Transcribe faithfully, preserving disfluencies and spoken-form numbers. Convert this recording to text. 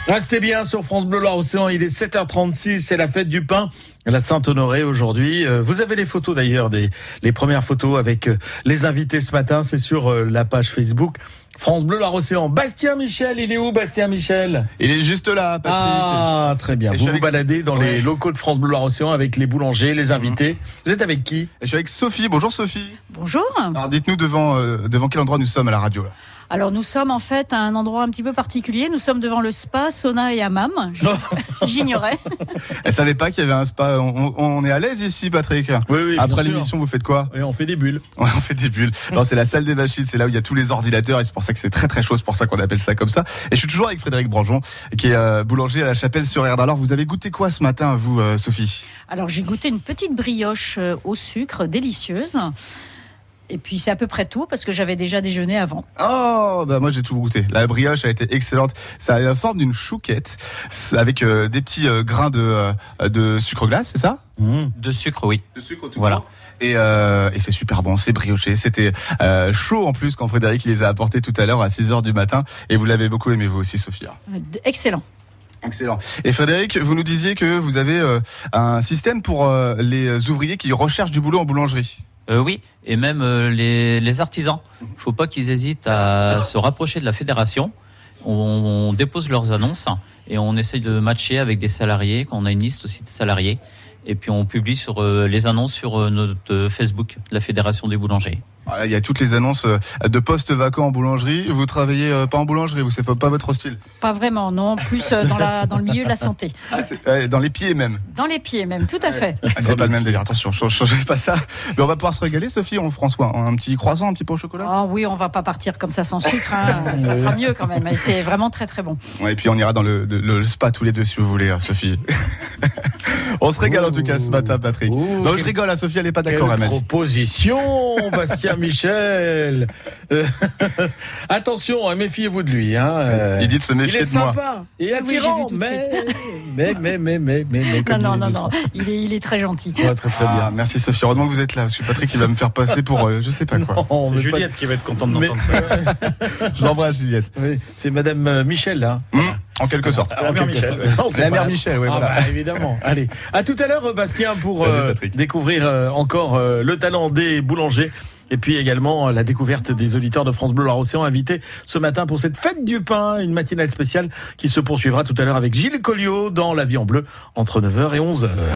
Restez bien sur France Bleu Loire-Océan, il est sept heures trente-six, c'est la fête du pain, la Saint-Honoré aujourd'hui. Vous avez les photos d'ailleurs, des, les premières photos avec les invités ce matin, c'est sur la page Facebook France Bleu Loire-Océan. Bastien Michel, il est où Bastien Michel? Il est juste là, Patrick. Ah, très bien. Et vous vous baladez dans ouais. les locaux de France Bleu Loire-Océan avec les boulangers, les invités. Mmh. Vous êtes avec qui? Je suis avec Sophie. Bonjour Sophie. Bonjour. Alors dites-nous devant, euh, devant quel endroit nous sommes à la radio là? Alors nous sommes en fait à un endroit un petit peu particulier. Nous sommes devant le spa Sauna et Hammam. J'ignorais. Elle savait pas qu'il y avait un spa. On, on est à l'aise ici, Patrick. Oui, oui. Après l'émission, vous faites quoi? Oui, on fait des bulles. Ouais, on fait des bulles. Non, c'est la salle des machines. C'est là où il y a tous les ordinateurs et c'est pour ça que c'est très très chaud. C'est pour ça qu'on appelle ça comme ça. Et je suis toujours avec Frédéric Branjon, qui est euh, boulanger à la Chapelle-sur-Erdre. Alors, vous avez goûté quoi ce matin, vous, euh, Sophie? Alors, j'ai goûté une petite brioche euh, au sucre, délicieuse. Et puis c'est à peu près tout parce que j'avais déjà déjeuné avant. Oh, bah moi j'ai tout goûté. La brioche a été excellente. Ça a la forme d'une chouquette avec euh, des petits euh, grains de, euh, de sucre glace, c'est ça? Mmh. De sucre, oui. De sucre tout voilà. Court. Et, euh, et c'est super bon, c'est brioché. C'était euh, chaud en plus quand Frédéric les a apportés tout à l'heure à six heures du matin. Et vous l'avez beaucoup aimé vous aussi, Sophie. Excellent. Excellent. Et Frédéric, vous nous disiez que vous avez euh, un système pour euh, les ouvriers qui recherchent du boulot en boulangerie. Euh, oui, et même euh, les, les artisans. Il ne faut pas qu'ils hésitent à se rapprocher de la fédération. On, on dépose leurs annonces et on essaye de matcher avec des salariés, quand on a une liste aussi de salariés. Et puis on publie sur euh, les annonces sur euh, notre Facebook de la Fédération des boulangers. Voilà, il y a toutes les annonces de postes vacants en boulangerie. Vous travaillez euh, pas en boulangerie, vous, c'est pas, pas votre style? Pas vraiment, non. Plus euh, dans, la, dans le milieu de la santé. Ah, c'est, euh, dans les pieds même. Dans les pieds même, tout à fait. Ah, c'est pas le même délire. Attention, ne changez pas ça. Mais on va pouvoir se régaler, Sophie. On François, un petit croissant, un petit pain au chocolat. Ah oui, on va pas partir comme ça sans sucre. Hein. Ça sera mieux quand même. Et c'est vraiment très très bon. Ouais, et puis on ira dans le, le, le spa tous les deux si vous voulez, Sophie. On se régale en tout cas ce matin, Patrick. Ouh, non, je rigole, Sophie, elle n'est pas d'accord. Quelle proposition, Bastien Michel. Euh, attention, méfiez-vous de lui. Hein. Il dit de se méfier de moi. Il est sympa et attirant, oui, mais, mais, mais, mais, mais, mais, mais, non, non, non, non, il est, il est très gentil. Ouais, très, très bien. Ah, merci Sophie. Heureusement que vous êtes là, parce que Patrick, il va me faire passer pour, euh, je sais pas quoi. Non, c'est Juliette pas... qui va être contente d'entendre mais... ça. Je l'embrasse, Juliette. Oui, c'est Madame Michel, là. Mmh, en quelque sorte. C'est la mère Michel. Ouais. Non, c'est la mère Michel, oui, ah, voilà. Bah, évidemment. Allez, à tout à l'heure, Bastien, pour Salut, euh, découvrir euh, encore euh, le talent des boulangers. Et puis également la découverte des auditeurs de France Bleu Loire-Océan invités ce matin pour cette fête du pain, une matinale spéciale qui se poursuivra tout à l'heure avec Gilles Colliot dans La Vie en Bleu entre neuf heures et onze heures.